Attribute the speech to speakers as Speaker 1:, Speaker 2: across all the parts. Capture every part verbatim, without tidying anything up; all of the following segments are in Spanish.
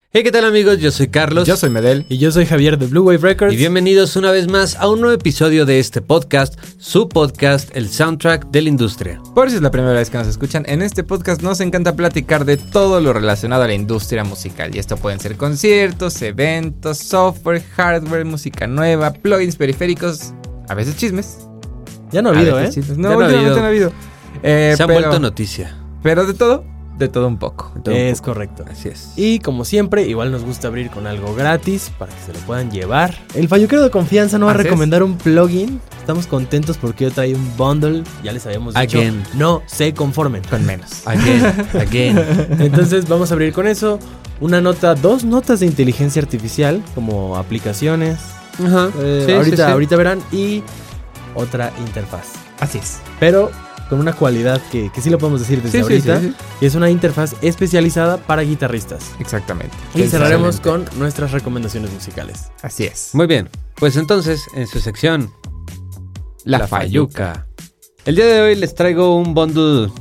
Speaker 1: Hey, ¿qué tal amigos? Yo soy Carlos.
Speaker 2: Yo soy Medel.
Speaker 3: Y yo soy Javier de Blue Wave Records.
Speaker 1: Y bienvenidos una vez más a un nuevo episodio de este podcast, su podcast, el soundtrack de la industria.
Speaker 2: Por si es la primera vez que nos escuchan, en este podcast nos encanta platicar de todo lo relacionado a la industria musical. Y esto pueden ser conciertos, eventos, software, hardware, música nueva, plugins, periféricos, a veces chismes.
Speaker 3: Ya no ha habido, ¿eh?
Speaker 2: Chismes. No,
Speaker 1: ya no ha
Speaker 2: últimamente
Speaker 1: habido.
Speaker 2: no ha habido. Eh,
Speaker 1: Se ha
Speaker 2: pero,
Speaker 1: vuelto noticia.
Speaker 2: Pero de todo, de todo un poco.
Speaker 1: De todo un
Speaker 3: Es
Speaker 1: poco.
Speaker 3: correcto.
Speaker 1: Así es.
Speaker 3: Y como siempre, igual nos gusta abrir con algo gratis para que se lo puedan llevar. El falluquero de confianza nos va a
Speaker 2: Así es.
Speaker 3: recomendar un plugin. Estamos contentos porque yo traí un bundle. Ya les habíamos dicho.
Speaker 1: Again.
Speaker 3: No se conformen.
Speaker 2: Con menos.
Speaker 1: Again, again.
Speaker 3: Entonces vamos a abrir con eso. Una nota, dos notas de inteligencia artificial, como aplicaciones.
Speaker 1: Ajá.
Speaker 3: Eh,
Speaker 1: Sí,
Speaker 3: ahorita,
Speaker 1: sí, sí.
Speaker 3: ahorita verán. Y otra interfaz.
Speaker 2: Así es.
Speaker 3: Pero con una cualidad que, que sí lo podemos decir desde
Speaker 2: Sí, sí,
Speaker 3: ahorita.
Speaker 2: sí, sí.
Speaker 3: Y es una interfaz especializada para guitarristas.
Speaker 2: Exactamente.
Speaker 3: Y cerraremos
Speaker 2: Excelente.
Speaker 3: con nuestras recomendaciones musicales.
Speaker 2: Así es.
Speaker 1: Muy bien. Pues entonces, en su sección,
Speaker 2: La, Fayuca.
Speaker 1: el día de hoy les traigo un bundle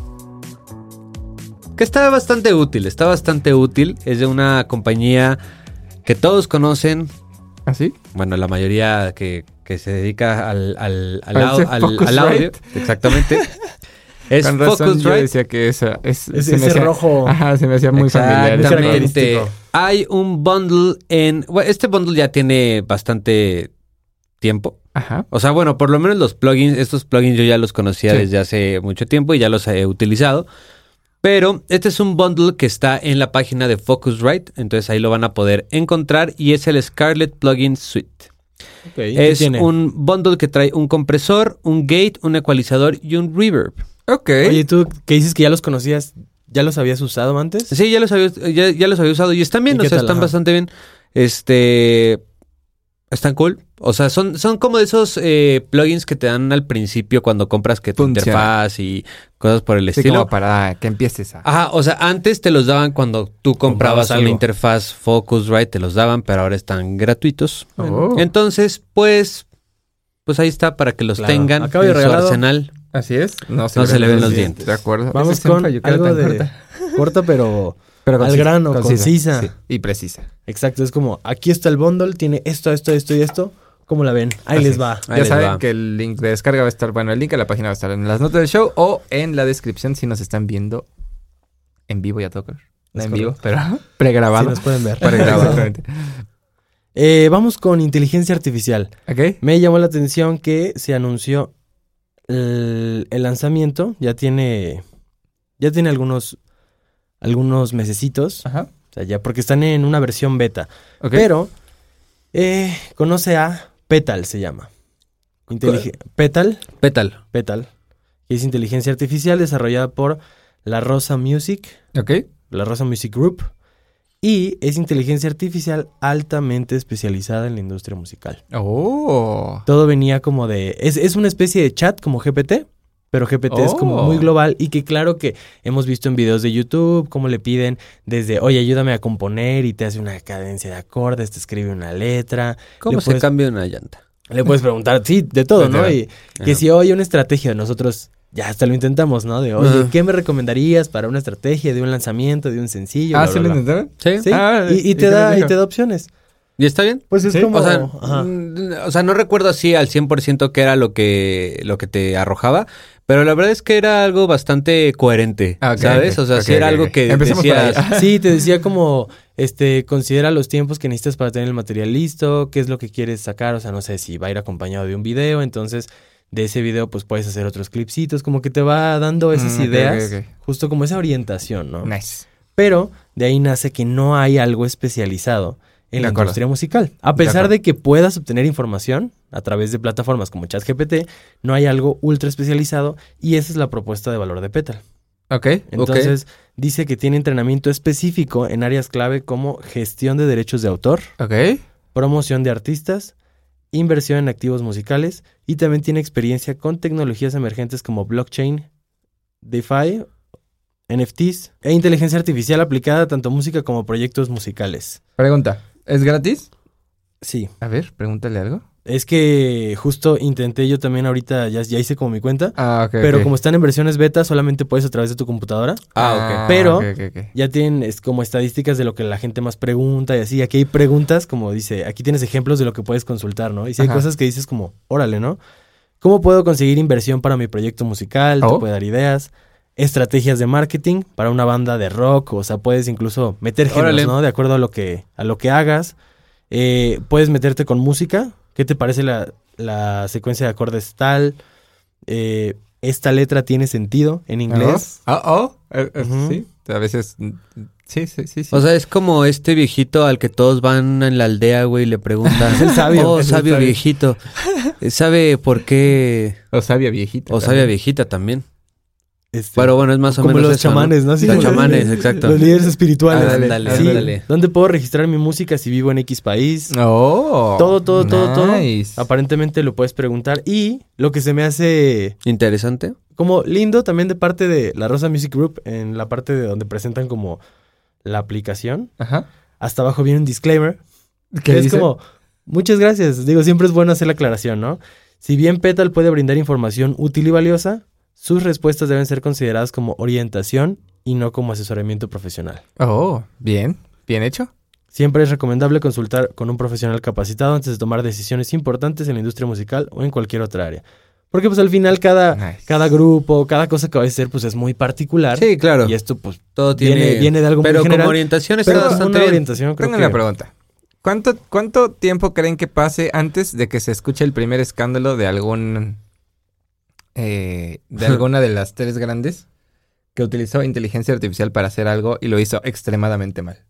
Speaker 1: que está bastante útil. Está bastante útil. Es de una compañía que todos conocen.
Speaker 2: ¿Así?
Speaker 1: Bueno, la mayoría que, que se dedica al, al, al,
Speaker 2: A ese
Speaker 1: au- al-
Speaker 2: Focusrite.
Speaker 1: al audio. Exactamente. Es
Speaker 2: Con razón yo
Speaker 1: Focusrite.
Speaker 2: decía que esa es,
Speaker 3: Es
Speaker 2: se me
Speaker 3: ese
Speaker 2: hacía-
Speaker 3: rojo.
Speaker 2: Ajá, se me hacía muy familiar.
Speaker 3: Muy
Speaker 1: Exactamente.
Speaker 3: característico.
Speaker 1: Hay un bundle en... Bueno, este bundle ya tiene bastante tiempo.
Speaker 2: Ajá.
Speaker 1: O sea, bueno, por lo menos los plugins, estos plugins yo ya los conocía
Speaker 2: Sí.
Speaker 1: desde hace mucho tiempo y ya los he utilizado. Pero este es un bundle que está en la página de Focusrite, entonces ahí lo van a poder encontrar y es el Scarlett Plugin Suite.
Speaker 3: Okay, ¿qué
Speaker 1: Es
Speaker 3: tiene?
Speaker 1: un bundle que trae un compresor, un gate, un ecualizador y un reverb.
Speaker 2: Ok.
Speaker 3: Oye, tú que dices que ya los conocías, ¿ya los habías usado antes?
Speaker 1: Sí, ya los había, ya, ya los había usado y están bien,
Speaker 3: ¿Y
Speaker 1: o
Speaker 3: qué
Speaker 1: sea,
Speaker 3: tal?
Speaker 1: están
Speaker 3: Ajá.
Speaker 1: bastante bien. Este... Están cool. O sea, son, son como de esos eh, plugins que te dan al principio cuando compras que tu
Speaker 2: Funciona.
Speaker 1: interfaz y cosas por el
Speaker 2: Sí,
Speaker 1: estilo.
Speaker 2: como para que empieces a...
Speaker 1: Ajá, o sea, antes te los daban cuando tú comprabas
Speaker 3: Comprabas algo.
Speaker 1: una interfaz Focusrite, te los daban, pero ahora están gratuitos.
Speaker 2: Oh.
Speaker 1: Entonces, pues, pues ahí está para que los
Speaker 3: Claro.
Speaker 1: tengan
Speaker 3: Acabo de
Speaker 1: en su
Speaker 3: regalado.
Speaker 1: arsenal.
Speaker 2: Así es. No
Speaker 1: No se le ven los dientes.
Speaker 2: De acuerdo.
Speaker 3: Vamos
Speaker 2: Esa
Speaker 3: con
Speaker 2: fayuca era
Speaker 3: algo
Speaker 2: tan
Speaker 3: de
Speaker 2: corta.
Speaker 3: corta, pero
Speaker 2: Pero
Speaker 3: al grano, concisa.
Speaker 2: Sí, y precisa.
Speaker 3: exacto. Es como, aquí está el bundle, tiene esto, esto, esto y esto. ¿Cómo la ven? Ahí
Speaker 2: Así
Speaker 3: les
Speaker 2: es.
Speaker 3: va.
Speaker 1: Ahí
Speaker 2: Ya
Speaker 1: les
Speaker 2: saben
Speaker 1: va.
Speaker 2: que el link de descarga va a estar... Bueno, el link a la página va a estar en las notas del show o en la descripción si nos están viendo en vivo ya toca. No
Speaker 3: Es
Speaker 2: en vivo,
Speaker 3: correcto.
Speaker 2: pero
Speaker 3: Sí,
Speaker 2: pregrabado.
Speaker 3: nos pueden ver.
Speaker 2: Pregrabado. Exactamente.
Speaker 3: Eh, vamos con inteligencia artificial.
Speaker 2: Ok.
Speaker 3: Me llamó la atención que se anunció el, el lanzamiento. Ya tiene. Ya tiene algunos. Algunos mesecitos.
Speaker 2: Ajá.
Speaker 3: O sea, ya porque están en una versión beta.
Speaker 2: Ok.
Speaker 3: Pero. eh, conoce a Petal, se llama. Intelig- Petal.
Speaker 1: Petal.
Speaker 3: Petal. Que es inteligencia artificial desarrollada por La Rosa Music.
Speaker 2: Ok.
Speaker 3: La Rosa Music Group. Y es inteligencia artificial altamente especializada en la industria musical.
Speaker 2: Oh.
Speaker 3: Todo venía como de... Es, es una especie de chat como G P T, pero G P T es como
Speaker 2: Oh.
Speaker 3: muy global y que claro que hemos visto en videos de YouTube cómo le piden desde, oye, ayúdame a componer y te hace una cadencia de acordes, te escribe una letra.
Speaker 1: ¿Cómo
Speaker 3: Le
Speaker 1: se
Speaker 3: puedes-
Speaker 1: cambia una llanta?
Speaker 3: Le puedes preguntar, sí, de todo, ¿no? Y
Speaker 1: Ajá.
Speaker 3: que si oye una estrategia, nosotros ya hasta lo intentamos, ¿no? De, oye,
Speaker 1: Ajá.
Speaker 3: ¿qué me recomendarías para una estrategia de un lanzamiento, de un sencillo?
Speaker 2: Ah,
Speaker 3: Bla,
Speaker 2: ¿sí
Speaker 3: bla,
Speaker 2: lo
Speaker 3: bla.
Speaker 2: intentaron?
Speaker 1: ¿Sí?
Speaker 3: Sí,
Speaker 2: Ah,
Speaker 3: y, y
Speaker 2: ¿y
Speaker 3: te
Speaker 2: qué
Speaker 3: da,
Speaker 2: les
Speaker 3: y
Speaker 2: dijo?
Speaker 3: te da opciones.
Speaker 1: ¿Y está bien?
Speaker 3: Pues es
Speaker 2: Sí,
Speaker 3: como...
Speaker 1: O sea,
Speaker 3: ajá.
Speaker 1: mm, o sea, no recuerdo así al cien por ciento qué era lo que, lo que te arrojaba, pero la verdad es que era algo bastante coherente,
Speaker 2: Ah, ok,
Speaker 1: ¿sabes?
Speaker 2: ok,
Speaker 1: O sea,
Speaker 2: ok,
Speaker 1: sí era
Speaker 2: ok,
Speaker 1: algo
Speaker 2: ok.
Speaker 1: que
Speaker 2: Empecemos por ahí.
Speaker 1: decías...
Speaker 3: Sí, te decía como, este, considera los tiempos que necesitas para tener el material listo, qué es lo que quieres sacar, o sea, no sé si va a ir acompañado de un video, entonces de ese video pues puedes hacer otros clipsitos, como que te va dando esas
Speaker 2: Mm, ok,
Speaker 3: ideas,
Speaker 2: ok, ok.
Speaker 3: justo como esa orientación, ¿no?
Speaker 2: Nice.
Speaker 3: Pero de ahí nace que no hay algo especializado en
Speaker 2: De
Speaker 3: la
Speaker 2: acuerdo.
Speaker 3: industria musical. A
Speaker 2: De
Speaker 3: pesar
Speaker 2: acuerdo.
Speaker 3: de que puedas obtener información a través de plataformas como ChatGPT, no hay algo ultra especializado y esa es la propuesta de valor de Petal.
Speaker 2: Ok.
Speaker 3: Entonces, dice que tiene entrenamiento específico en áreas clave como gestión de derechos de autor,
Speaker 2: Ok.
Speaker 3: promoción de artistas, inversión en activos musicales y también tiene experiencia con tecnologías emergentes como blockchain, DeFi, N F Ts e inteligencia artificial aplicada tanto a música como a proyectos musicales.
Speaker 2: Pregunta. ¿Es gratis?
Speaker 3: Sí.
Speaker 2: A ver, pregúntale algo.
Speaker 3: Es que justo intenté yo también ahorita, ya, ya hice como mi cuenta.
Speaker 2: Ah, ok.
Speaker 3: Pero
Speaker 2: ok.
Speaker 3: como están en versiones beta, solamente puedes a través de tu computadora.
Speaker 1: Ah, ok.
Speaker 3: Pero-
Speaker 2: ok, ok, ok.
Speaker 3: Ya tienen es, como estadísticas de lo que la gente más pregunta y así. Aquí hay preguntas, como dice, aquí tienes ejemplos de lo que puedes consultar, ¿no? Y si hay
Speaker 2: Ajá.
Speaker 3: cosas que dices como, órale, ¿no? ¿Cómo puedo conseguir inversión para mi proyecto musical?
Speaker 2: Oh.
Speaker 3: Te puede dar ideas. Estrategias de marketing para una banda de rock. O sea, puedes incluso meter géneros,
Speaker 1: Órale.
Speaker 3: ¿no? De acuerdo a lo que, a lo que hagas. Eh, puedes meterte con música. ¿Qué te parece la, la secuencia de acordes tal? Eh, esta letra tiene sentido en inglés.
Speaker 2: Oh, oh, eh, eh,
Speaker 3: Ujú.
Speaker 2: sí. A veces. mm, Sí, sí, sí. sí.
Speaker 1: O sea, es como este viejito al que todos van en la aldea, güey, y le preguntan.
Speaker 3: Es el sabio,
Speaker 1: Oh,
Speaker 3: es el
Speaker 1: sabio
Speaker 3: sabio.
Speaker 1: viejito. ¿Sabe por qué?
Speaker 2: O sabia viejita.
Speaker 1: O sabia viejita también.
Speaker 3: Este,
Speaker 1: Pero bueno, es más o
Speaker 3: como
Speaker 1: menos
Speaker 3: los
Speaker 1: eso, ¿no?
Speaker 3: chamanes, ¿no? Así
Speaker 1: Los
Speaker 3: como
Speaker 1: chamanes, exacto.
Speaker 3: Los líderes espirituales.
Speaker 1: Ándale,
Speaker 3: Sí.
Speaker 1: ándale.
Speaker 3: ¿Dónde puedo registrar mi música si vivo en X país?
Speaker 2: Oh.
Speaker 3: Todo, todo, todo, todo.
Speaker 2: nice.
Speaker 3: Aparentemente lo puedes preguntar. Y lo que se me hace
Speaker 1: Interesante.
Speaker 3: como lindo también de parte de La Rosa Music Group, en la parte de donde presentan como la aplicación,
Speaker 2: Ajá.
Speaker 3: hasta abajo viene un disclaimer.
Speaker 2: ¿Qué
Speaker 3: Que es
Speaker 2: dice?
Speaker 3: como, muchas gracias. Digo, siempre es bueno hacer la aclaración, ¿no? Si bien Petal puede brindar información útil y valiosa, sus respuestas deben ser consideradas como orientación y no como asesoramiento profesional.
Speaker 2: Oh, bien. Bien hecho.
Speaker 3: Siempre es recomendable consultar con un profesional capacitado antes de tomar decisiones importantes en la industria musical o en cualquier otra área. Porque pues al final cada,
Speaker 2: Nice.
Speaker 3: cada grupo, cada cosa que vais a hacer pues es muy particular.
Speaker 1: Sí, claro.
Speaker 3: Y esto pues
Speaker 1: Todo tiene...
Speaker 3: viene, viene de algo
Speaker 1: Pero
Speaker 3: muy general.
Speaker 1: como orientación está
Speaker 3: pero como
Speaker 1: bastante
Speaker 3: una
Speaker 1: bien.
Speaker 3: orientación creo
Speaker 2: Tengo
Speaker 3: que...
Speaker 2: una pregunta. ¿Cuánto, ¿Cuánto tiempo creen que pase antes de que se escuche el primer escándalo de algún... eh, de alguna de las tres grandes que utilizó inteligencia artificial para hacer algo y lo hizo extremadamente mal?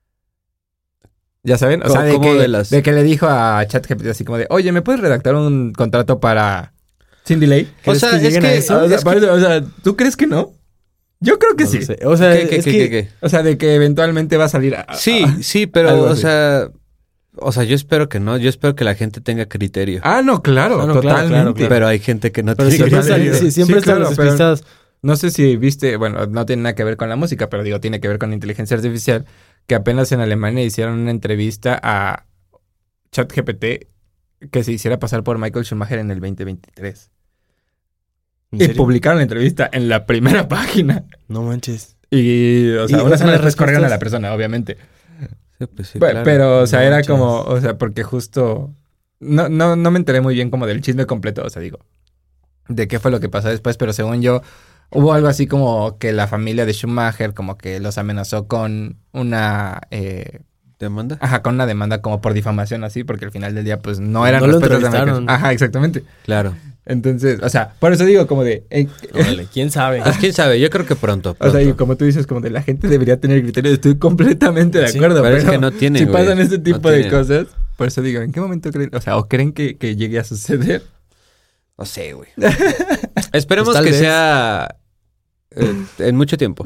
Speaker 2: ¿Ya saben? O sea, de
Speaker 1: ¿Cómo
Speaker 2: que,
Speaker 1: de las-
Speaker 2: de que le dijo a ChatGPT así como de, oye, ¿me puedes redactar un contrato para Sin Delay?
Speaker 1: O
Speaker 3: ¿Crees
Speaker 1: sea,
Speaker 3: que
Speaker 1: es
Speaker 3: lleguen a
Speaker 1: que...
Speaker 3: eso?
Speaker 2: O sea,
Speaker 1: es que-
Speaker 2: parece- o sea, ¿tú crees que no? Yo creo que
Speaker 3: No lo
Speaker 2: sí.
Speaker 3: sé. O sea,
Speaker 1: ¿Qué, qué,
Speaker 3: es
Speaker 1: qué,
Speaker 3: que...
Speaker 1: qué, qué?
Speaker 2: O sea, de que eventualmente va a salir... a-
Speaker 1: Sí,
Speaker 2: a-
Speaker 1: sí, pero,
Speaker 2: algo
Speaker 1: o
Speaker 2: así.
Speaker 1: sea... O sea, yo espero que no. Yo espero que la gente tenga criterio.
Speaker 2: Ah, no, claro,
Speaker 3: Ah, no, claro,
Speaker 2: totalmente.
Speaker 3: claro, claro.
Speaker 1: Pero hay gente que no
Speaker 3: Pero
Speaker 1: tiene
Speaker 3: siempre,
Speaker 2: Totalmente.
Speaker 1: criterio.
Speaker 3: salen- sí, siempre
Speaker 2: Sí,
Speaker 3: están
Speaker 2: claro,
Speaker 3: los
Speaker 2: pero-
Speaker 3: despistados.
Speaker 2: No sé si viste, bueno, no tiene nada que ver con la música, pero digo, tiene que ver con inteligencia artificial, que apenas en Alemania hicieron una entrevista a ChatGPT que se hiciera pasar por Michael Schumacher en el veinte veintitrés.
Speaker 3: ¿En
Speaker 2: Y
Speaker 3: serio?
Speaker 2: publicaron la entrevista en la primera página.
Speaker 3: No manches.
Speaker 2: Y, o sea,
Speaker 3: ¿Y
Speaker 2: una
Speaker 3: esas
Speaker 2: semana
Speaker 3: las
Speaker 2: después corrieron a la
Speaker 3: respuestas?
Speaker 2: persona, obviamente.
Speaker 1: Sí, pues sí,
Speaker 2: Pe-
Speaker 1: claro.
Speaker 2: Pero, o sea,
Speaker 3: No
Speaker 2: era
Speaker 3: manches.
Speaker 2: como, o sea, porque justo... No, no, no me enteré muy bien como del chisme completo, o sea, digo, de qué fue lo que pasó después, pero según yo, hubo algo así como que la familia de Schumacher como que los amenazó con una... eh,
Speaker 1: ¿Demanda?
Speaker 2: ajá, con una demanda como por difamación así, porque al final del día pues no eran
Speaker 3: No lo
Speaker 2: respetos de Michael.
Speaker 3: entrevistaron.
Speaker 2: Ajá, exactamente.
Speaker 1: Claro.
Speaker 2: Entonces, o sea, por eso digo como de... eh,
Speaker 3: Órale, ¿quién sabe?
Speaker 1: Pues quién sabe, yo creo que pronto.
Speaker 2: o
Speaker 1: pronto.
Speaker 2: sea, y como tú dices, como de la gente debería tener criterio, estoy completamente de
Speaker 3: Sí,
Speaker 2: acuerdo.
Speaker 1: pero es que no tiene,
Speaker 2: Si
Speaker 1: güey.
Speaker 2: pasan este
Speaker 1: No
Speaker 2: tipo de
Speaker 1: tiene.
Speaker 2: cosas, por eso digo, ¿en qué momento creen? O sea, ¿o creen que, que llegue a suceder?
Speaker 1: No sé, güey. Esperemos
Speaker 3: Pues tal
Speaker 1: que
Speaker 3: vez.
Speaker 1: sea eh, en mucho tiempo.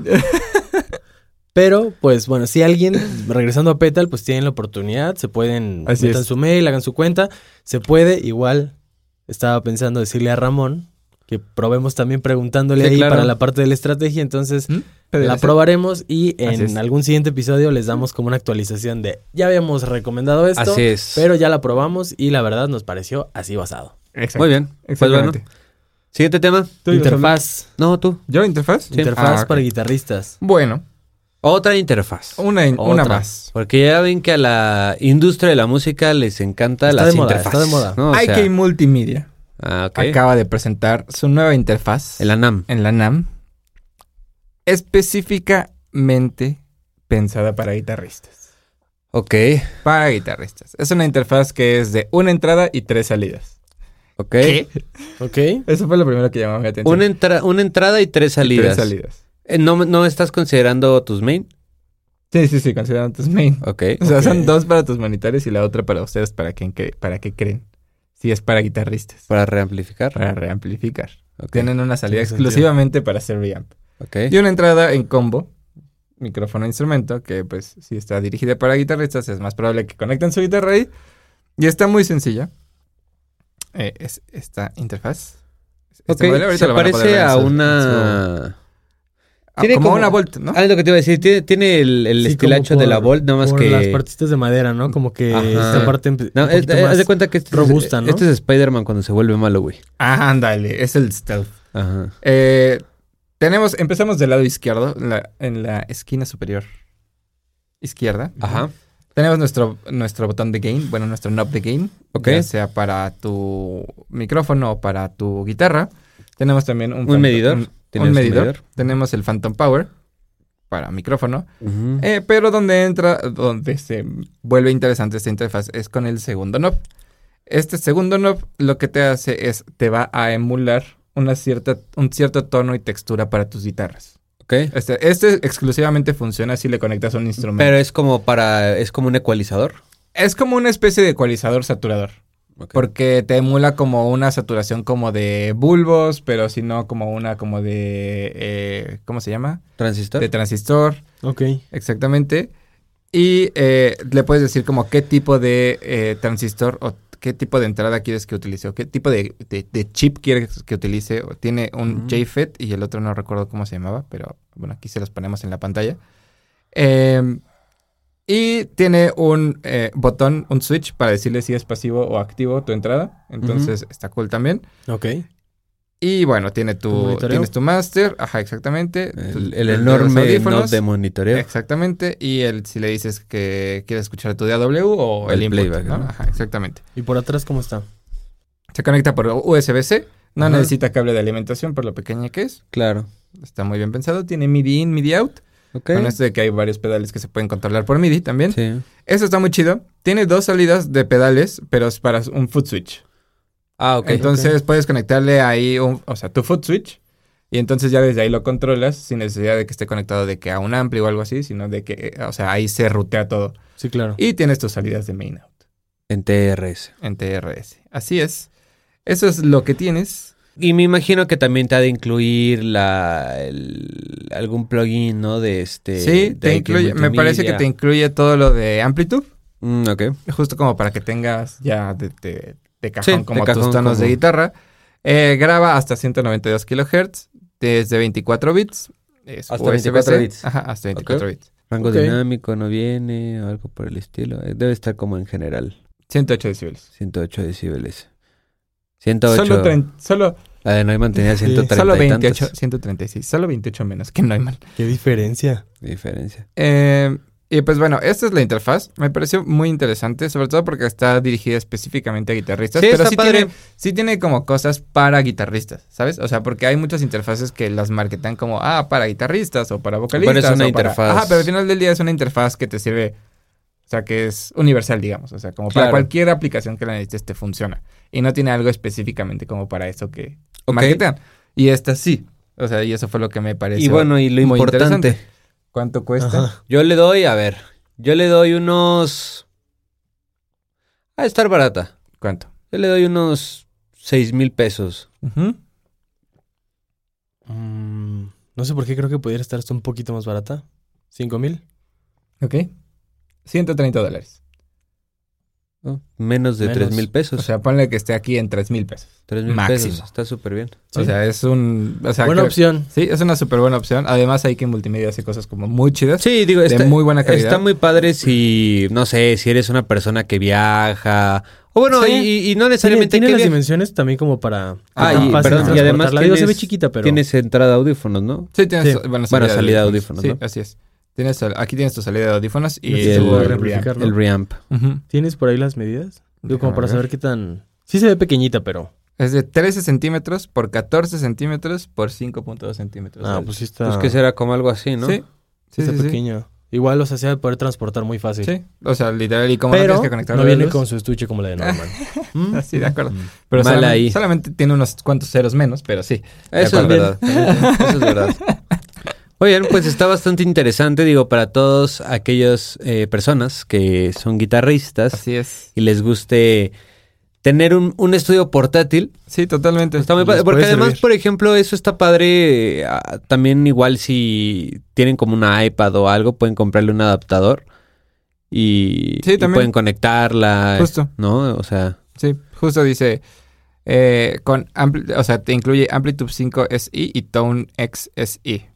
Speaker 3: Pero, pues bueno, si alguien, regresando a Petal, pues tienen la oportunidad, se pueden,
Speaker 2: Así
Speaker 3: metan
Speaker 2: es.
Speaker 3: su mail, hagan su cuenta, se puede, igual, estaba pensando decirle a Ramón que probemos también preguntándole
Speaker 1: Sí,
Speaker 3: ahí
Speaker 1: claro.
Speaker 3: para la parte de la estrategia, entonces
Speaker 2: ¿Mm? Podría
Speaker 3: la
Speaker 2: ser.
Speaker 3: probaremos y
Speaker 2: Así es.
Speaker 3: en algún siguiente episodio les damos como una actualización de, ya habíamos recomendado esto,
Speaker 1: Así es.
Speaker 3: pero ya la probamos y la verdad nos pareció así basado.
Speaker 2: Exacto.
Speaker 1: Muy bien. Pues bueno.
Speaker 2: Exactamente.
Speaker 1: Siguiente tema.
Speaker 2: ¿Tú ibas a hablar?
Speaker 3: Interfaz,
Speaker 1: No, tú.
Speaker 2: ¿Yo interfaz?
Speaker 3: interfaz
Speaker 2: Ah, ok.
Speaker 3: para guitarristas.
Speaker 2: Bueno,
Speaker 1: Otra interfaz.
Speaker 2: una, in-
Speaker 3: Otra.
Speaker 2: una más.
Speaker 1: Porque ya ven que a la industria de la música les encanta
Speaker 3: Está
Speaker 1: las
Speaker 3: de moda,
Speaker 1: interfaces.
Speaker 3: está de moda.
Speaker 1: ¿no? O sea,
Speaker 2: I K Multimedia
Speaker 1: ah, ok.
Speaker 2: acaba de presentar su nueva interfaz
Speaker 1: El ANAM.
Speaker 2: en la NAM, específicamente pensada para guitarristas.
Speaker 1: Ok.
Speaker 2: Para guitarristas. Es una interfaz que es de una entrada y tres salidas.
Speaker 1: Ok.
Speaker 3: ¿Ok?
Speaker 2: Eso fue lo primero que llamó mi atención.
Speaker 1: Una, entra- una entrada y tres
Speaker 2: Y
Speaker 1: salidas.
Speaker 2: Tres salidas.
Speaker 1: Eh, ¿No, ¿No estás considerando tus main?
Speaker 2: Sí, sí, sí, consideran tus main.
Speaker 1: Ok.
Speaker 2: O sea,
Speaker 3: Ok.
Speaker 2: son dos para tus monitores y la otra para ustedes, ¿para quién cre- para qué creen? Si es para guitarristas,
Speaker 1: Para reamplificar.
Speaker 2: para reamplificar.
Speaker 1: Ok.
Speaker 2: Tienen una salida
Speaker 3: Tiene sentido.
Speaker 2: exclusivamente para hacer reamp.
Speaker 1: Ok.
Speaker 2: Y una entrada en combo, micrófono instrumento, que pues si está dirigida para guitarristas es más probable que conecten su guitarra ahí. Y está muy sencilla. Eh, es esta interfaz. Este
Speaker 1: Ok,
Speaker 2: modelo ahorita
Speaker 1: se
Speaker 2: lo van a poder
Speaker 1: parece
Speaker 2: ver en
Speaker 1: a
Speaker 2: su- en
Speaker 1: una...
Speaker 2: como, como una Volt, ¿no?
Speaker 1: Ah, es lo que te iba a decir. Tiene, tiene el, el
Speaker 3: Sí,
Speaker 1: estilacho
Speaker 3: como
Speaker 1: de la
Speaker 3: por-
Speaker 1: Volt, nada más
Speaker 3: por
Speaker 1: que...
Speaker 3: las partitas de madera, ¿no? Como que
Speaker 1: Ajá.
Speaker 3: esta parte un
Speaker 1: No, es,
Speaker 3: poquito
Speaker 1: haz
Speaker 3: más
Speaker 1: de cuenta que este
Speaker 3: robusta,
Speaker 1: es,
Speaker 3: ¿no?
Speaker 1: este es Spider-Man cuando se vuelve malo, güey.
Speaker 2: Ah, ándale, es el stealth.
Speaker 1: Ajá.
Speaker 2: Eh, tenemos, empezamos del lado izquierdo, la- en la esquina superior izquierda.
Speaker 1: Ajá.
Speaker 2: Tenemos nuestro, nuestro botón de gain, bueno, nuestro knob de gain,
Speaker 1: Ok.
Speaker 2: ya sea para tu micrófono o para tu guitarra. Tenemos también un,
Speaker 1: Un
Speaker 2: phantom-
Speaker 1: medidor.
Speaker 2: un-
Speaker 1: ¿Tienes
Speaker 2: un
Speaker 1: un
Speaker 2: medidor.
Speaker 1: medidor?
Speaker 2: Tenemos el Phantom Power para micrófono.
Speaker 1: Ujú.
Speaker 2: Eh, pero donde entra, donde se vuelve interesante esta interfaz es con el segundo knob. Este segundo knob lo que te hace es, te va a emular una cierta, un cierto tono y textura para tus guitarras.
Speaker 1: Ok.
Speaker 2: Este, este exclusivamente funciona si le conectas a un instrumento.
Speaker 1: Pero es como para... Es como un ecualizador.
Speaker 2: Es como una especie de ecualizador saturador.
Speaker 1: Ok.
Speaker 2: Porque te emula como una saturación como de bulbos, pero si no como una como de... eh, ¿Cómo se llama?
Speaker 1: ¿Transistor?
Speaker 2: De transistor.
Speaker 3: Ok.
Speaker 2: Exactamente. Y eh, le puedes decir como qué tipo de eh, transistor o qué tipo de entrada quieres que utilice o qué tipo de, de- de chip quieres que utilice. O tiene un
Speaker 1: Ujú.
Speaker 2: J F E T y el otro no recuerdo cómo se llamaba, pero bueno, aquí se los ponemos en la pantalla. Eh, y tiene un eh, botón, un switch para decirle si es pasivo o activo tu entrada. Entonces está cool también.
Speaker 3: Ok.
Speaker 2: Y bueno, tiene
Speaker 3: ¿Tu
Speaker 2: tu,
Speaker 3: monitoreo?
Speaker 2: tienes tu master, ajá, exactamente.
Speaker 1: El,
Speaker 2: tu-
Speaker 1: el
Speaker 2: de los
Speaker 1: enorme
Speaker 2: audífonos.
Speaker 1: knob de monitoreo.
Speaker 2: Exactamente, y el, si le dices que quieres escuchar tu D A W o el,
Speaker 1: El
Speaker 2: input,
Speaker 1: playback,
Speaker 2: ¿no?
Speaker 1: ¿no?
Speaker 2: Ajá, exactamente.
Speaker 3: ¿Y por atrás cómo está?
Speaker 2: Se conecta por U S B C, no
Speaker 1: Ajá.
Speaker 2: necesita cable de alimentación por lo pequeña que es.
Speaker 1: Claro.
Speaker 2: Está muy bien pensado, tiene MIDI in, MIDI out.
Speaker 1: Ok.
Speaker 2: Con esto de que hay varios pedales que se pueden controlar por MIDI también.
Speaker 1: Sí.
Speaker 2: Eso está muy chido. Tiene dos salidas de pedales, pero es para un foot switch.
Speaker 1: Ah, ok.
Speaker 2: Entonces puedes conectarle ahí, un, o sea, tu foot switch. Y entonces ya desde ahí lo controlas sin necesidad de que esté conectado de que a un ampli o algo así, sino de que, eh, o sea, ahí se rutea todo.
Speaker 3: Sí, claro.
Speaker 2: Y tienes tus salidas de main out
Speaker 1: En T R S.
Speaker 2: en T R S. Así es. Eso es lo que tienes.
Speaker 1: Y me imagino que también te ha de incluir la, el- algún plugin, ¿no? De este...
Speaker 2: sí,
Speaker 1: de
Speaker 2: te
Speaker 1: I Q
Speaker 2: incluye, me parece que
Speaker 1: Multimedia.
Speaker 2: te incluye todo lo de Amplitude,
Speaker 1: Mm, ok.
Speaker 2: justo como para que tengas ya de, de- de cajón
Speaker 1: Sí, de
Speaker 2: como
Speaker 1: cajón
Speaker 2: tus tonos de
Speaker 1: como-
Speaker 2: guitarra. Eh, graba hasta ciento noventa y dos kilohertz, desde veinticuatro bits. Es
Speaker 1: Hasta
Speaker 2: U S B C.
Speaker 1: veinticuatro bits.
Speaker 2: Ajá, hasta veinticuatro
Speaker 1: Ok.
Speaker 2: bits.
Speaker 1: Rango
Speaker 3: Ok.
Speaker 1: dinámico no viene o algo por el estilo. Eh, Debe estar como en general.
Speaker 2: ciento ocho decibeles.
Speaker 1: ciento ocho decibeles. ciento ocho.
Speaker 2: Solo, trein- solo,
Speaker 1: La de Neumann tenía
Speaker 3: Sí,
Speaker 1: ciento treinta
Speaker 2: solo
Speaker 1: y
Speaker 2: veintiocho,
Speaker 1: tantos.
Speaker 2: ciento treinta y seis. Solo veintiocho menos que Neumann.
Speaker 3: Qué diferencia.
Speaker 1: Diferencia.
Speaker 2: Eh, y pues bueno, esta es la interfaz. Me pareció muy interesante, sobre todo porque está dirigida específicamente a guitarristas.
Speaker 1: Sí,
Speaker 2: pero
Speaker 1: está
Speaker 2: sí
Speaker 1: padre.
Speaker 2: tiene, sí tiene como cosas para guitarristas, ¿sabes? O sea, porque hay muchas interfaces que las marketan como, ah, para guitarristas o para vocalistas.
Speaker 1: Pero es una
Speaker 2: o para-
Speaker 1: interfaz.
Speaker 2: Ajá, pero al final del día es una interfaz que te sirve, o sea, que es universal, digamos. O sea, como para
Speaker 1: Claro.
Speaker 2: cualquier aplicación que la necesites te funciona. Y no tiene algo específicamente como para eso que
Speaker 1: Ok.
Speaker 2: marketean. Y esta sí. O sea, y eso fue lo que me pareció.
Speaker 1: Y bueno, y lo
Speaker 2: muy
Speaker 1: importante.
Speaker 2: interesante. ¿Cuánto cuesta?
Speaker 3: Ajá.
Speaker 1: Yo le doy, a ver. Yo le doy unos... Va a estar barata.
Speaker 2: ¿Cuánto?
Speaker 1: Yo le doy unos seis mil pesos.
Speaker 2: Ujú.
Speaker 3: Mm, no sé por qué creo que pudiera estar hasta un poquito más barata. ¿Cinco mil?
Speaker 2: Ok. ciento treinta dólares.
Speaker 1: ¿No? Menos de
Speaker 3: Menos.
Speaker 1: tres mil pesos.
Speaker 2: O sea, ponle que esté aquí en tres mil pesos.
Speaker 1: tres mil
Speaker 2: máximo.
Speaker 1: pesos. Está súper bien.
Speaker 2: O
Speaker 3: Sí.
Speaker 2: sea, es un... O sea,
Speaker 3: Buena
Speaker 2: creo-
Speaker 3: opción.
Speaker 2: Sí, es una súper buena opción. Además, hay que Multimedia hace cosas como muy chidas.
Speaker 1: Sí, digo,
Speaker 2: De
Speaker 1: está,
Speaker 2: muy buena calidad.
Speaker 1: está muy padre si, no sé, si eres una persona que viaja. O bueno,
Speaker 2: Sí.
Speaker 1: y, y no
Speaker 3: Tiene,
Speaker 1: necesariamente
Speaker 3: tiene
Speaker 1: que
Speaker 3: las
Speaker 1: viaje.
Speaker 3: dimensiones también como para...
Speaker 1: Ah,
Speaker 3: para
Speaker 1: y,
Speaker 3: fácil
Speaker 1: perdón, y
Speaker 3: transportarla.
Speaker 1: además
Speaker 3: Digo,
Speaker 1: tienes,
Speaker 3: se ve chiquita, pero...
Speaker 1: tienes entrada de audífonos, ¿no?
Speaker 2: Sí, tienes...
Speaker 3: Sí.
Speaker 2: Bueno,
Speaker 1: Buena salida de audífonos,
Speaker 2: Sí,
Speaker 1: ¿no?
Speaker 2: así es. Tienes, aquí tienes tu salida de audífonos y,
Speaker 3: Y
Speaker 1: el-
Speaker 2: tu
Speaker 1: el
Speaker 2: reamp.
Speaker 3: amplificar, ¿no?
Speaker 1: El reamp.
Speaker 2: Ujú.
Speaker 3: ¿Tienes por ahí las medidas? Digo, como
Speaker 2: Déjame
Speaker 3: para
Speaker 2: ver.
Speaker 3: saber qué tan... Sí se ve pequeñita, pero...
Speaker 2: Es de trece centímetros por catorce centímetros por cinco punto dos centímetros.
Speaker 3: Ah,
Speaker 2: de
Speaker 3: pues sí está...
Speaker 1: Pues que será como algo así, ¿no?
Speaker 2: Sí. Sí,
Speaker 3: está
Speaker 2: sí, sí.
Speaker 3: pequeño. Igual, o sea, se va a poder transportar muy fácil.
Speaker 2: Sí. O sea, literal, y como no
Speaker 3: Pero
Speaker 2: tienes que conectarlo
Speaker 3: no
Speaker 2: a la
Speaker 3: viene
Speaker 2: luz.
Speaker 3: con su estuche como la de Norman. ¿Mm?
Speaker 2: Sí, de acuerdo.
Speaker 3: Mm.
Speaker 2: Pero
Speaker 1: Mal
Speaker 2: solamente,
Speaker 1: ahí.
Speaker 2: solamente tiene unos cuantos ceros menos, pero sí. De
Speaker 1: Eso es
Speaker 2: acuerdo.
Speaker 1: verdad. Eso es verdad. Oigan, pues está bastante interesante, digo, para todos aquellas eh, personas que son guitarristas
Speaker 2: Así es.
Speaker 1: y les guste tener un, un estudio portátil.
Speaker 2: Sí, totalmente.
Speaker 1: Está muy
Speaker 3: Les
Speaker 1: padre, porque
Speaker 3: puede
Speaker 1: además,
Speaker 3: servir.
Speaker 1: por ejemplo, eso está padre. eh, ah, también igual si tienen como una iPad o algo, pueden comprarle un adaptador y,
Speaker 2: Sí,
Speaker 1: y
Speaker 2: también.
Speaker 1: pueden conectarla.
Speaker 2: Justo.
Speaker 1: ¿No? O sea,
Speaker 2: Sí, justo dice, eh, con ampli- o sea, te incluye Amplitude cinco S I y Tone X S I.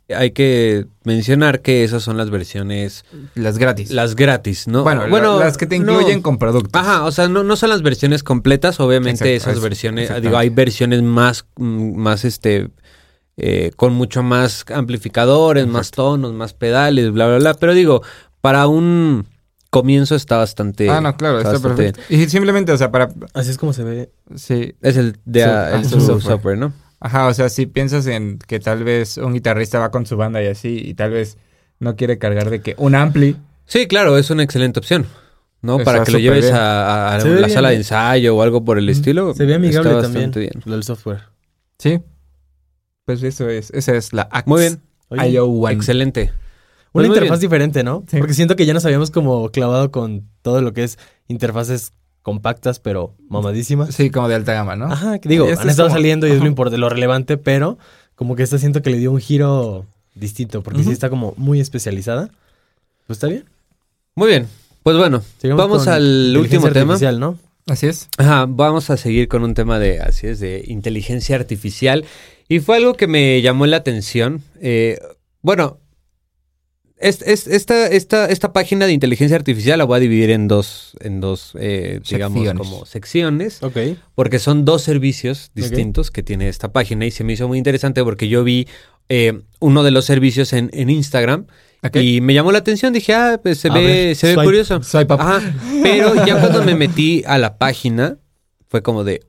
Speaker 1: hay que mencionar que esas son las versiones...
Speaker 2: Las gratis.
Speaker 1: Las gratis, ¿no?
Speaker 2: Bueno, bueno las que te incluyen
Speaker 1: no.
Speaker 2: con productos.
Speaker 1: Ajá, o sea, no, no son las versiones completas. Obviamente
Speaker 2: Exacto,
Speaker 1: esas
Speaker 2: es,
Speaker 1: versiones... Digo, hay versiones más, más este... Eh, con mucho más amplificadores, Exacto. más tonos, más pedales, bla, bla, bla. Pero digo, para un... comienzo está bastante...
Speaker 2: Ah, no, claro, está, está perfecto. Bien. Y simplemente, o sea, para...
Speaker 3: Así es como se ve.
Speaker 2: Sí.
Speaker 1: Es el de
Speaker 2: so,
Speaker 1: a, el
Speaker 2: ah,
Speaker 1: su software.
Speaker 2: software,
Speaker 1: ¿no?
Speaker 2: Ajá, o sea, si piensas en que tal vez un guitarrista va con su banda y así, y tal vez no quiere cargar de que un ampli...
Speaker 1: Sí, claro, es una excelente opción, ¿no?
Speaker 2: Está
Speaker 1: Para que lo lleves
Speaker 2: bien.
Speaker 1: a, a la
Speaker 3: bien,
Speaker 1: sala
Speaker 3: ¿eh?
Speaker 1: de ensayo o algo por el estilo.
Speaker 3: Se ve amigable
Speaker 1: está
Speaker 3: también,
Speaker 1: bastante bien.
Speaker 3: lo del software.
Speaker 2: Sí. Pues eso es, esa es la Axe.
Speaker 1: Muy bien.
Speaker 2: I O uno.
Speaker 1: Excelente.
Speaker 3: Una
Speaker 1: Pues muy
Speaker 3: interfaz
Speaker 1: bien.
Speaker 3: diferente, ¿no?
Speaker 2: Sí.
Speaker 3: Porque siento que ya nos habíamos como clavado con todo lo que es interfaces compactas, pero mamadísimas.
Speaker 2: Sí, como de alta gama, ¿no?
Speaker 3: Ajá, que digo,
Speaker 2: Y esto
Speaker 3: han
Speaker 2: es
Speaker 3: estado
Speaker 2: como-
Speaker 3: saliendo y es
Speaker 2: Ajá.
Speaker 3: lo importante, lo relevante, pero como que esta siento que le dio un giro distinto, porque sí
Speaker 2: Ujú.
Speaker 3: está como muy especializada. Pues está bien.
Speaker 1: Muy bien. Pues bueno,
Speaker 3: Sigamos
Speaker 1: vamos
Speaker 3: con
Speaker 1: al
Speaker 3: inteligencia
Speaker 1: último tema.
Speaker 3: artificial, ¿no?
Speaker 2: Así es.
Speaker 1: Ajá, vamos a seguir con un tema de, así es, de inteligencia artificial. Y fue algo que me llamó la atención. Eh, bueno, es, es- esta, esta, esta página de inteligencia artificial la voy a dividir en dos, en dos eh, digamos,
Speaker 2: Secciones.
Speaker 1: como secciones.
Speaker 3: Ok.
Speaker 1: Porque son dos servicios distintos que tiene esta página. Y se me hizo muy interesante porque yo vi eh, uno de los servicios en, en Instagram.
Speaker 2: Ok.
Speaker 1: Y me llamó la atención. Dije, ah, pues se
Speaker 3: A
Speaker 1: ve,
Speaker 3: ver,
Speaker 1: se ve
Speaker 3: swipe,
Speaker 1: curioso.
Speaker 2: swipe up.
Speaker 1: Ajá. Pero ya cuando me metí a la página, fue como de,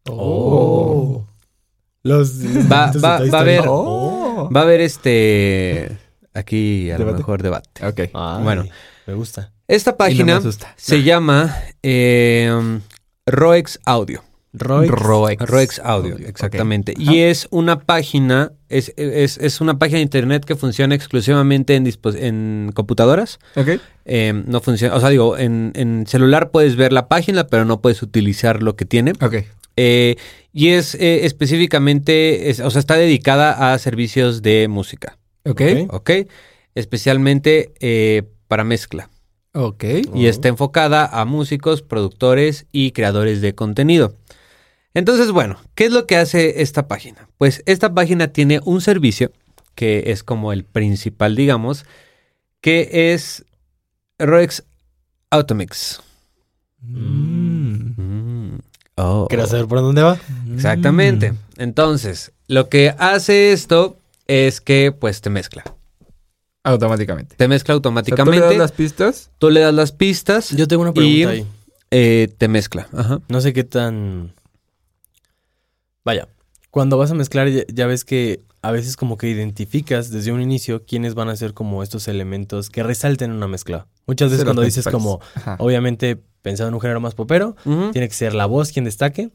Speaker 3: Oh. Los
Speaker 1: Va-
Speaker 3: los
Speaker 1: va-
Speaker 3: de Toy
Speaker 1: va a
Speaker 3: Story.
Speaker 1: haber-
Speaker 2: Oh.
Speaker 1: va a haber este, aquí a lo
Speaker 2: ¿Debate?
Speaker 1: mejor debate.
Speaker 2: Ok.
Speaker 3: Ay,
Speaker 1: Bueno.
Speaker 3: me gusta.
Speaker 1: Esta
Speaker 2: Y no me
Speaker 1: página
Speaker 2: asusta.
Speaker 1: se llama eh, Roex Audio.
Speaker 3: Roy.
Speaker 2: Roex.
Speaker 1: Roex Audio,
Speaker 2: Ok.
Speaker 1: exactamente.
Speaker 2: Ajá.
Speaker 1: Y es una página, es, es, es una página de internet que funciona exclusivamente en, dispos- en computadoras.
Speaker 2: Ok.
Speaker 1: Eh, no funciona, o sea, digo, en, en celular puedes ver la página, pero no puedes utilizar lo que tiene.
Speaker 2: Ok.
Speaker 1: Eh, y es eh, específicamente, es- o sea, está dedicada a servicios de música,
Speaker 2: Ok.
Speaker 1: ¿ok? Especialmente eh, para mezcla.
Speaker 2: Ok.
Speaker 1: Y está enfocada a músicos, productores y creadores de contenido. Entonces, bueno, ¿qué es lo que hace esta página? Pues esta página tiene un servicio que es como el principal, digamos, que es Roex Automix.
Speaker 2: Mm.
Speaker 1: Mm. Oh.
Speaker 3: ¿Quieres saber por dónde va?
Speaker 1: Exactamente.
Speaker 2: Mm.
Speaker 1: Entonces, lo que hace esto es que pues te mezcla.
Speaker 2: Automáticamente.
Speaker 1: Te mezcla
Speaker 2: O sea, ¿tú
Speaker 1: automáticamente.
Speaker 2: le das las pistas?
Speaker 1: Tú le das las pistas
Speaker 3: Yo tengo una pregunta
Speaker 1: y
Speaker 3: ahí.
Speaker 1: eh, te mezcla. Ajá.
Speaker 3: No sé qué tan... Vaya, cuando vas a mezclar ya, ya ves que a veces como que identificas desde un inicio quiénes van a ser como estos elementos que resalten una mezcla. Muchas veces
Speaker 2: Sí,
Speaker 3: cuando
Speaker 2: los
Speaker 3: dices como,
Speaker 2: principales. Ajá.
Speaker 3: obviamente pensado en un género más popero,
Speaker 1: Ujú.
Speaker 3: tiene que ser la voz quien destaque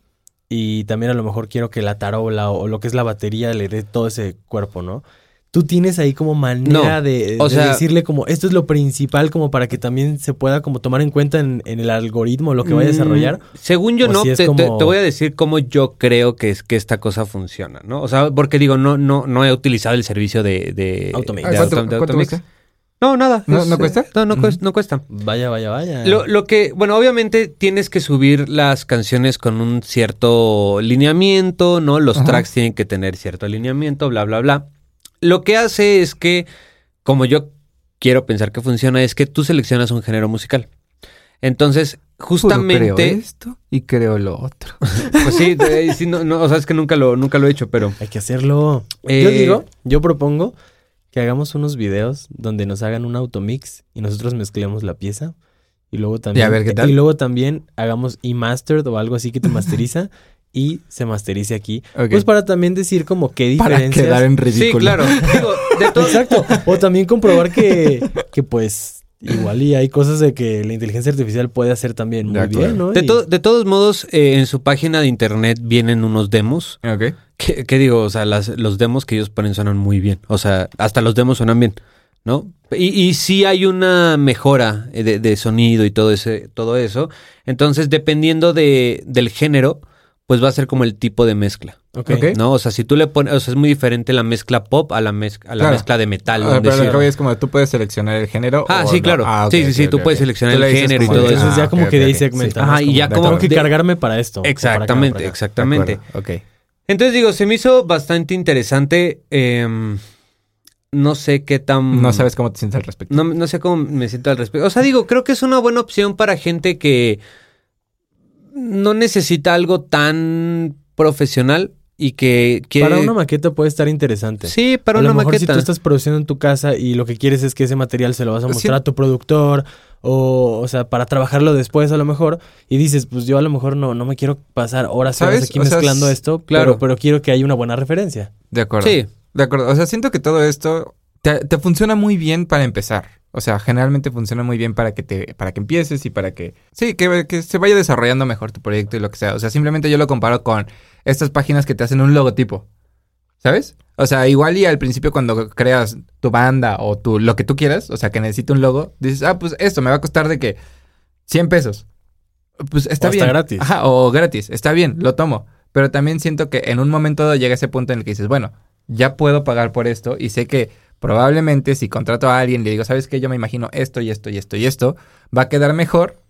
Speaker 3: y también a lo mejor quiero que la tarola o, o lo que es la batería le dé todo ese cuerpo, ¿no? Tú tienes ahí como manera
Speaker 1: No,
Speaker 3: de,
Speaker 1: o
Speaker 3: de
Speaker 1: sea-
Speaker 3: decirle como esto es lo principal como para que también se pueda como tomar en cuenta en, en el algoritmo lo que vaya a desarrollar.
Speaker 1: Mm, según yo
Speaker 3: O
Speaker 1: no,
Speaker 3: si es
Speaker 1: te, te-
Speaker 3: como-
Speaker 1: te voy a decir cómo yo creo que es que esta cosa funciona, ¿no? O sea, porque digo, no, no, no he utilizado el servicio de, de,
Speaker 3: Automix.
Speaker 1: de
Speaker 2: Ah, ¿Cuánto,
Speaker 1: Auto- de
Speaker 2: cuánto
Speaker 1: Automix.
Speaker 2: cuesta?
Speaker 1: No, nada.
Speaker 2: ¿No-
Speaker 1: es,
Speaker 2: no
Speaker 1: eh,
Speaker 2: cuesta?
Speaker 1: No, no,
Speaker 2: Ujú.
Speaker 1: cuesta, no cuesta.
Speaker 3: Vaya, vaya, vaya.
Speaker 1: Lo, lo que, bueno, obviamente tienes que subir las canciones con un cierto lineamiento, ¿no? Los
Speaker 2: Ajá.
Speaker 1: tracks tienen que tener cierto alineamiento, bla, bla, bla. Lo que hace es que, como yo quiero pensar que funciona, es que tú seleccionas un género musical. Entonces, justamente...
Speaker 2: Puro creo esto y creo lo otro.
Speaker 1: Pues sí, eh, sí, no, no, o sea, es que nunca lo, nunca lo he hecho, pero...
Speaker 3: Hay que hacerlo.
Speaker 1: Eh,
Speaker 3: Yo digo, yo propongo que hagamos unos videos donde nos hagan un automix y nosotros mezclemos la pieza. Y luego también.
Speaker 2: Y a ver qué tal.
Speaker 3: Y luego también hagamos e-mastered o algo así que te masteriza y se masterice aquí.
Speaker 2: Ok.
Speaker 3: Pues para también decir como qué
Speaker 2: Para
Speaker 3: diferencias.
Speaker 2: quedar en
Speaker 1: Sí,
Speaker 2: ridículo.
Speaker 1: claro. Digo, de todo...
Speaker 3: Exacto. O también comprobar que, que pues igual y hay cosas de que la inteligencia artificial puede hacer también muy
Speaker 2: De acuerdo.
Speaker 3: bien, ¿no?
Speaker 1: De,
Speaker 3: Y-
Speaker 1: to- de todos modos, eh, en su página de internet vienen unos demos.
Speaker 2: Ok.
Speaker 1: ¿Qué, qué digo? O sea, las, los demos que ellos ponen suenan muy bien. O sea, hasta los demos suenan bien, ¿no? Y, y sí hay una mejora eh, de, de sonido y todo ese, todo eso. Entonces, dependiendo de, del género, pues va a ser como el tipo de mezcla,
Speaker 3: Ok.
Speaker 2: Ok.
Speaker 1: ¿no? O sea, si tú le pones... O sea, es muy diferente la mezcla pop a la, mezc- a la
Speaker 2: Claro.
Speaker 1: mezcla de metal.
Speaker 2: Ah,
Speaker 1: donde
Speaker 2: pero
Speaker 1: sí-
Speaker 2: lo que voy es como tú puedes seleccionar el género.
Speaker 1: Ah,
Speaker 2: o
Speaker 1: sí,
Speaker 2: no.
Speaker 1: claro.
Speaker 2: Ah, ok,
Speaker 1: Sí, sí,
Speaker 2: ok,
Speaker 1: sí, tú
Speaker 2: ok,
Speaker 1: puedes
Speaker 2: ok.
Speaker 1: seleccionar
Speaker 2: Tú
Speaker 1: el
Speaker 2: le dices
Speaker 1: género y
Speaker 2: como
Speaker 1: todo
Speaker 2: de,
Speaker 1: eso.
Speaker 3: Entonces ya
Speaker 2: ah,
Speaker 3: como
Speaker 2: ok,
Speaker 3: que de ahí
Speaker 2: ok,
Speaker 3: segmentamos.
Speaker 1: Ajá, y
Speaker 3: como
Speaker 1: ya
Speaker 3: de,
Speaker 1: como
Speaker 3: tengo que
Speaker 1: de-
Speaker 3: cargarme para esto. o para acá,
Speaker 1: Exactamente,
Speaker 3: para acá.
Speaker 1: exactamente.
Speaker 2: De acuerdo, ok.
Speaker 1: Entonces digo, se me hizo bastante interesante. eh, no sé qué tan...
Speaker 2: No sabes cómo te sientes al respecto.
Speaker 1: No, no sé cómo me siento al respecto. O sea, digo, creo que es una buena opción para gente que no necesita algo tan profesional y que quiere...
Speaker 3: Para una maqueta puede estar interesante.
Speaker 1: Sí, para
Speaker 3: a
Speaker 1: una
Speaker 3: lo mejor
Speaker 1: maqueta.
Speaker 3: si tú estás produciendo en tu casa y lo que quieres es que ese material se lo vas a mostrar
Speaker 2: Sí.
Speaker 3: a tu productor o, o sea, para trabajarlo después a lo mejor y dices, pues yo a lo mejor no, no me quiero pasar horas,
Speaker 2: ¿Sabes?
Speaker 3: horas aquí
Speaker 2: O sea,
Speaker 3: mezclando
Speaker 2: s-
Speaker 3: esto,
Speaker 1: claro.
Speaker 3: pero, pero quiero que haya una buena referencia.
Speaker 2: De acuerdo.
Speaker 1: Sí.
Speaker 2: De acuerdo. O sea, siento que todo esto te, te funciona muy bien para empezar. O sea, generalmente funciona muy bien para que te, para que empieces y para que... Sí, que, que se vaya desarrollando mejor tu proyecto y lo que sea. O sea, simplemente yo lo comparo con estas páginas que te hacen un logotipo. ¿Sabes? O sea, igual y al principio cuando creas tu banda o tu, lo que tú quieras, o sea, que necesita un logo, dices, ah, pues esto me va a costar de que cien pesos. Pues está
Speaker 3: O hasta
Speaker 2: bien.
Speaker 3: gratis.
Speaker 2: Ajá, o gratis. Está bien, lo tomo. Pero también siento que en un momento dado llega ese punto en el que dices, bueno, ya puedo pagar por esto y sé que probablemente si contrato a alguien y le digo, ¿sabes qué? Yo me imagino esto y esto y esto y esto, va a quedar mejor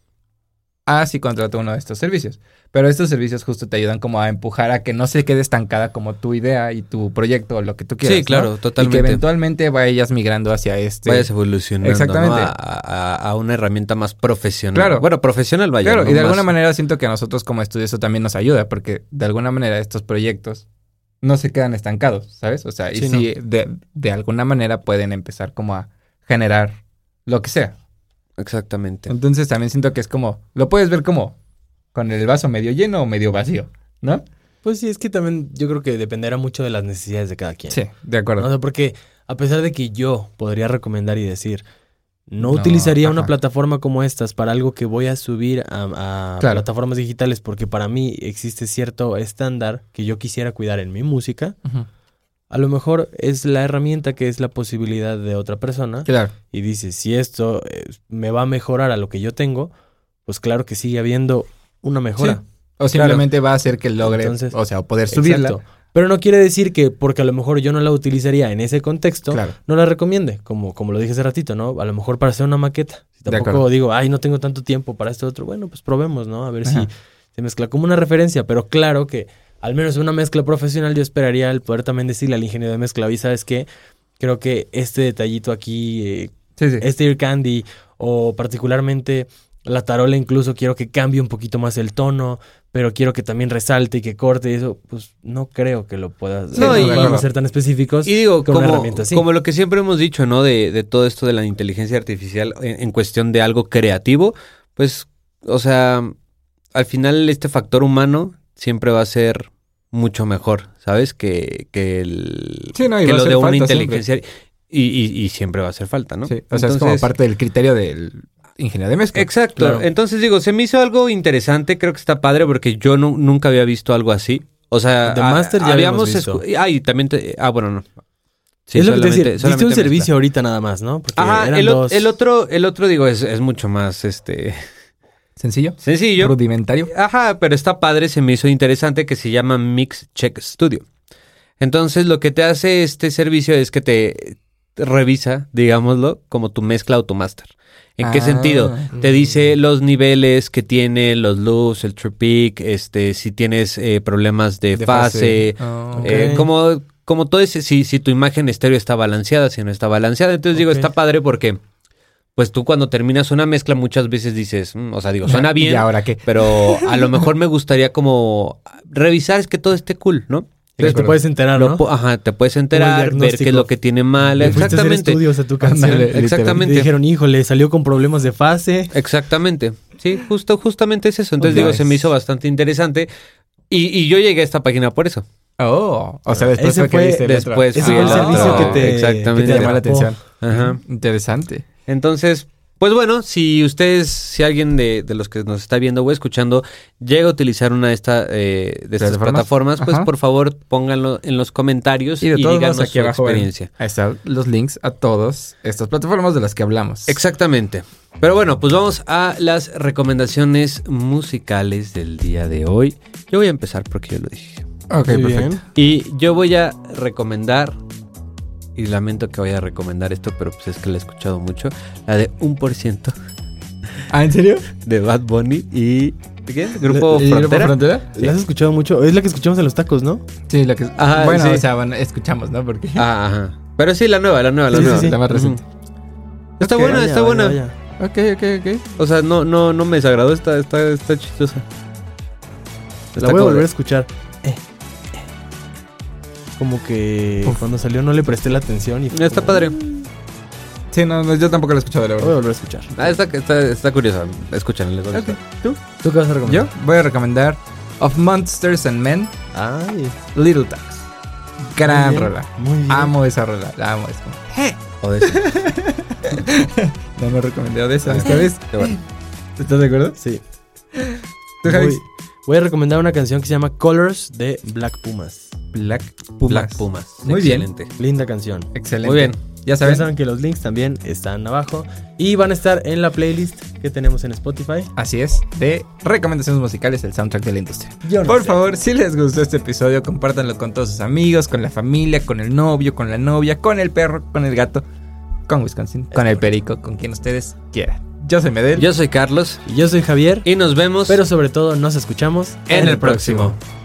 Speaker 2: a si contrato uno de estos servicios. Pero estos servicios justo te ayudan como a empujar a que no se quede estancada como tu idea y tu proyecto o lo que tú quieras.
Speaker 1: Sí, claro,
Speaker 2: ¿no?
Speaker 1: totalmente.
Speaker 2: Y que eventualmente vayas migrando hacia este...
Speaker 1: Vayas evolucionando,
Speaker 2: Exactamente.
Speaker 1: ¿no? a, a- a una herramienta más profesional.
Speaker 2: Claro.
Speaker 1: Bueno, profesional vaya.
Speaker 2: Claro,
Speaker 1: ¿no?
Speaker 2: y de
Speaker 1: Más-
Speaker 2: alguna manera siento que a nosotros como estudio eso también nos ayuda, porque de alguna manera estos proyectos no se quedan estancados, ¿sabes? O sea, y
Speaker 3: Sí,
Speaker 2: sí, de, de alguna manera pueden empezar como a generar lo que sea.
Speaker 1: Exactamente.
Speaker 2: Entonces también siento que es como, lo puedes ver como con el vaso medio lleno o medio vacío, ¿no?
Speaker 3: Pues sí, es que también yo creo que dependerá mucho de las necesidades de cada quien.
Speaker 2: Sí, de acuerdo.
Speaker 3: O sea, porque a pesar de que yo podría recomendar y decir, no,
Speaker 2: No,
Speaker 3: utilizaría una
Speaker 2: ajá.
Speaker 3: plataforma como estas para algo que voy a subir a, a
Speaker 2: Claro.
Speaker 3: plataformas digitales, porque para mí existe cierto estándar que yo quisiera cuidar en mi música,
Speaker 2: Ujú.
Speaker 3: a lo mejor es la herramienta que es la posibilidad de otra persona
Speaker 2: Claro.
Speaker 3: y dice, si esto eh, me va a mejorar a lo que yo tengo, pues claro que sigue habiendo una mejora.
Speaker 2: Sí. O simplemente va a hacer que logre,
Speaker 3: Entonces,
Speaker 2: o sea, o poder subirla.
Speaker 3: Exacto. Pero no quiere decir que porque a lo mejor yo no la utilizaría en ese contexto,
Speaker 2: Claro.
Speaker 3: no la recomiende, como, como lo dije hace ratito, ¿no? A lo mejor para hacer una maqueta. Si
Speaker 2: De
Speaker 3: tampoco
Speaker 2: acuerdo.
Speaker 3: digo, ay, no tengo tanto tiempo para esto otro, bueno, pues probemos, ¿no? A ver
Speaker 2: Ajá.
Speaker 3: si se mezcla como una referencia, pero claro que al menos una mezcla profesional yo esperaría el poder también decirle al ingeniero de mezcla, oye, ¿sabes qué? Creo que este detallito aquí, eh,
Speaker 2: Sí, sí.
Speaker 3: este ear candy o particularmente la tarola incluso quiero que cambie un poquito más el tono, pero quiero que también resalte y que corte y eso, pues no creo que lo puedas,
Speaker 1: No,
Speaker 3: no,
Speaker 1: y-
Speaker 3: podamos ser tan específicos
Speaker 1: Y digo,
Speaker 3: con una
Speaker 1: como,
Speaker 3: herramienta así.
Speaker 1: como lo que siempre hemos dicho, ¿no? De, de todo esto de la inteligencia artificial en, en cuestión de algo creativo, pues, o sea, al final este factor humano siempre va a ser mucho mejor, ¿sabes? Que, que, el,
Speaker 2: Sí, no, y
Speaker 1: que
Speaker 2: va a
Speaker 1: lo
Speaker 2: hacer
Speaker 1: de una
Speaker 2: falta
Speaker 1: inteligencia. Y, y, y siempre va a hacer falta, ¿no?
Speaker 2: Sí, o sea, es como
Speaker 1: Entonces-
Speaker 2: parte del criterio del ingeniero de mezcla.
Speaker 1: Exacto.
Speaker 3: Claro.
Speaker 1: Entonces digo, se me hizo algo interesante, creo que está padre porque yo no, nunca había visto algo así. O sea,
Speaker 3: The
Speaker 1: a-
Speaker 3: Master ya
Speaker 1: habíamos
Speaker 3: habíamos visto.
Speaker 1: escu- Ah, y también te- ah, bueno, no. Sí,
Speaker 3: es lo que te
Speaker 1: solamente-
Speaker 3: decía, diste
Speaker 1: solamente
Speaker 3: un
Speaker 1: mezcla.
Speaker 3: servicio ahorita nada más, ¿no? Porque
Speaker 1: Ajá,
Speaker 3: eran
Speaker 1: el, o-
Speaker 3: dos.
Speaker 1: el otro, el otro digo, es, es mucho más este
Speaker 2: Sencillo.
Speaker 1: sencillo.
Speaker 2: Rudimentario.
Speaker 1: Ajá, pero está padre, se me hizo interesante que se llama Mix Check Studio. Entonces, lo que te hace este servicio es que te revisa, digámoslo, como tu mezcla o tu master. ¿En qué
Speaker 2: Ah.
Speaker 1: sentido? Te dice los niveles que tiene, los loops, el true peak, este, si tienes eh, problemas de,
Speaker 2: De
Speaker 1: fase,
Speaker 2: Ah,
Speaker 3: Ok.
Speaker 1: eh, como, como todo ese, si, si tu imagen estéreo está balanceada, si no está balanceada. Entonces digo,
Speaker 3: Ok.
Speaker 1: está padre porque, pues tú cuando terminas una mezcla muchas veces dices, mm, o sea, digo, suena bien,
Speaker 2: ¿Y ahora qué?
Speaker 1: pero a lo mejor me gustaría como revisar es que todo esté cool, ¿no?
Speaker 3: Entonces te
Speaker 1: Pero-
Speaker 3: puedes enterar,
Speaker 1: Lo
Speaker 3: ¿no?
Speaker 1: po- ajá, te puedes enterar, ver qué es
Speaker 3: diagnóstico.
Speaker 1: lo que tiene mal,
Speaker 3: Le fuiste a hacer
Speaker 1: exactamente.
Speaker 3: estudios a tu canción.
Speaker 2: Ándale,
Speaker 3: Y
Speaker 1: Exactamente.
Speaker 3: dijeron, híjole, salió con problemas de fase.
Speaker 1: Exactamente. Sí, justo, justamente es eso. Entonces
Speaker 2: Ok.
Speaker 1: digo, se me hizo bastante interesante. Y, y yo llegué a esta página por eso.
Speaker 2: Oh, o sea, después
Speaker 3: Ese
Speaker 2: fue que
Speaker 3: fue-
Speaker 2: viste el otro.
Speaker 1: después
Speaker 3: Ese
Speaker 1: fui
Speaker 3: fue el
Speaker 1: al
Speaker 3: servicio
Speaker 1: otro.
Speaker 3: que te,
Speaker 1: Exactamente.
Speaker 3: que te
Speaker 2: llamó la
Speaker 3: atrapó.
Speaker 2: atención.
Speaker 1: Ajá.
Speaker 2: Interesante.
Speaker 1: Entonces, pues bueno, si ustedes, si alguien de, de los que nos está viendo o escuchando llega a utilizar una de, esta, eh, de estas
Speaker 2: ¿Plataformas?
Speaker 1: plataformas, pues
Speaker 2: Ajá.
Speaker 1: por favor pónganlo en los comentarios
Speaker 2: Y
Speaker 1: y,
Speaker 2: de todos
Speaker 1: díganos
Speaker 2: modos, aquí
Speaker 1: su
Speaker 2: abajo ven,
Speaker 1: experiencia.
Speaker 2: ahí están los links a todas estas plataformas de las que hablamos.
Speaker 1: Exactamente. Pero bueno, pues vamos a las recomendaciones musicales del día de hoy. Yo voy a empezar porque yo lo dije.
Speaker 2: Ok,
Speaker 3: Muy
Speaker 2: perfecto.
Speaker 3: bien.
Speaker 1: Y yo voy a recomendar, y lamento que vaya a recomendar esto, pero pues es que la he escuchado mucho, la de un por ciento
Speaker 2: ¿Ah, en serio?
Speaker 1: de Bad Bunny y... ¿Qué? ¿Grupo
Speaker 2: ¿Y Grupo
Speaker 1: Frontera?
Speaker 2: Frontera?
Speaker 3: ¿La has escuchado mucho? Es la que escuchamos en los tacos, ¿no?
Speaker 2: Sí, la que...
Speaker 1: Ajá,
Speaker 2: bueno,
Speaker 1: sí.
Speaker 2: o sea, bueno, escuchamos, ¿no? Porque...
Speaker 1: Ah, ajá. Pero sí, la nueva, la nueva, la
Speaker 3: Sí, sí,
Speaker 1: nueva.
Speaker 3: sí.
Speaker 2: La más reciente.
Speaker 1: Ujú. Está
Speaker 2: Ok,
Speaker 1: buena,
Speaker 3: Vaya,
Speaker 1: está
Speaker 3: vaya,
Speaker 1: buena.
Speaker 3: vaya.
Speaker 2: Ok, ok, ok.
Speaker 1: O sea, no, no, no me desagradó, está, está, está chistosa.
Speaker 3: La
Speaker 1: Está
Speaker 3: voy a
Speaker 1: como
Speaker 3: volver
Speaker 1: de-
Speaker 3: a escuchar. Eh, eh. Como que
Speaker 2: Uf.
Speaker 3: cuando salió no le presté la atención y fue
Speaker 1: Está
Speaker 3: como,
Speaker 1: padre.
Speaker 2: Sí, no, no, yo tampoco lo he escuchado, la
Speaker 3: La voy a
Speaker 2: verdad.
Speaker 3: volver a escuchar.
Speaker 1: Ah, está, está, está curiosa. Escúchanla, les va a
Speaker 2: Ok,
Speaker 1: gustar.
Speaker 2: ¿tú?
Speaker 3: ¿Tú qué vas a recomendar?
Speaker 2: Yo voy a recomendar Of Monsters and Men,
Speaker 3: Ay,
Speaker 2: Little Talks. Gran
Speaker 3: muy bien,
Speaker 2: rola.
Speaker 3: Muy bien.
Speaker 2: Amo esa rola, la amo. Es como, ¡hey!
Speaker 1: O de eso.
Speaker 2: No me recomendé de esa
Speaker 1: Ah,
Speaker 2: esta vez.
Speaker 1: qué bueno.
Speaker 2: ¿Estás de acuerdo?
Speaker 3: Sí.
Speaker 2: ¿Tú, Javis?
Speaker 3: Voy, voy a recomendar una canción que se llama Colors de Black Pumas.
Speaker 2: Black Pumas.
Speaker 1: Black Pumas.
Speaker 2: Muy bien.
Speaker 1: Excelente.
Speaker 3: Linda canción.
Speaker 2: Excelente.
Speaker 1: Muy bien.
Speaker 2: Ya
Speaker 3: Ya
Speaker 2: saben.
Speaker 3: saben que los links también están abajo y van a estar en la playlist que tenemos en Spotify.
Speaker 2: Así es, de recomendaciones musicales, el soundtrack de la industria.
Speaker 3: Yo no
Speaker 2: Por
Speaker 3: sé.
Speaker 2: favor, si les gustó este episodio, compártanlo con todos sus amigos, con la familia, con el novio, con la novia, con el perro, con el gato, con Wisconsin, con el perico, con quien ustedes quieran. Yo soy Medel.
Speaker 1: Yo soy Carlos
Speaker 3: Y yo soy Javier,
Speaker 1: y nos vemos
Speaker 3: pero sobre todo nos escuchamos
Speaker 1: en el próximo.